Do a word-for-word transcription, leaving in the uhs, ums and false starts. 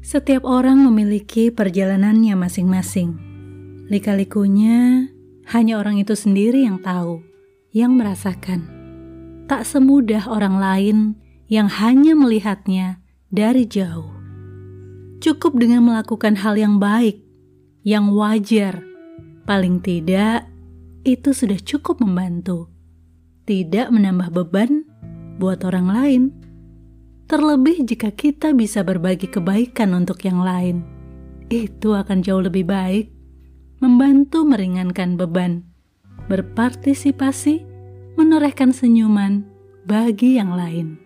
Setiap orang memiliki perjalanannya masing-masing. Lika-likunya hanya orang itu sendiri yang tahu, yang merasakan. Tak semudah orang lain yang hanya melihatnya dari jauh. Cukup dengan melakukan hal yang baik, yang wajar. Paling tidak, itu sudah cukup membantu. Tidak menambah beban buat orang lain. Terlebih jika kita bisa berbagi kebaikan untuk yang lain, itu akan jauh lebih baik, membantu meringankan beban, berpartisipasi, menorehkan senyuman bagi yang lain.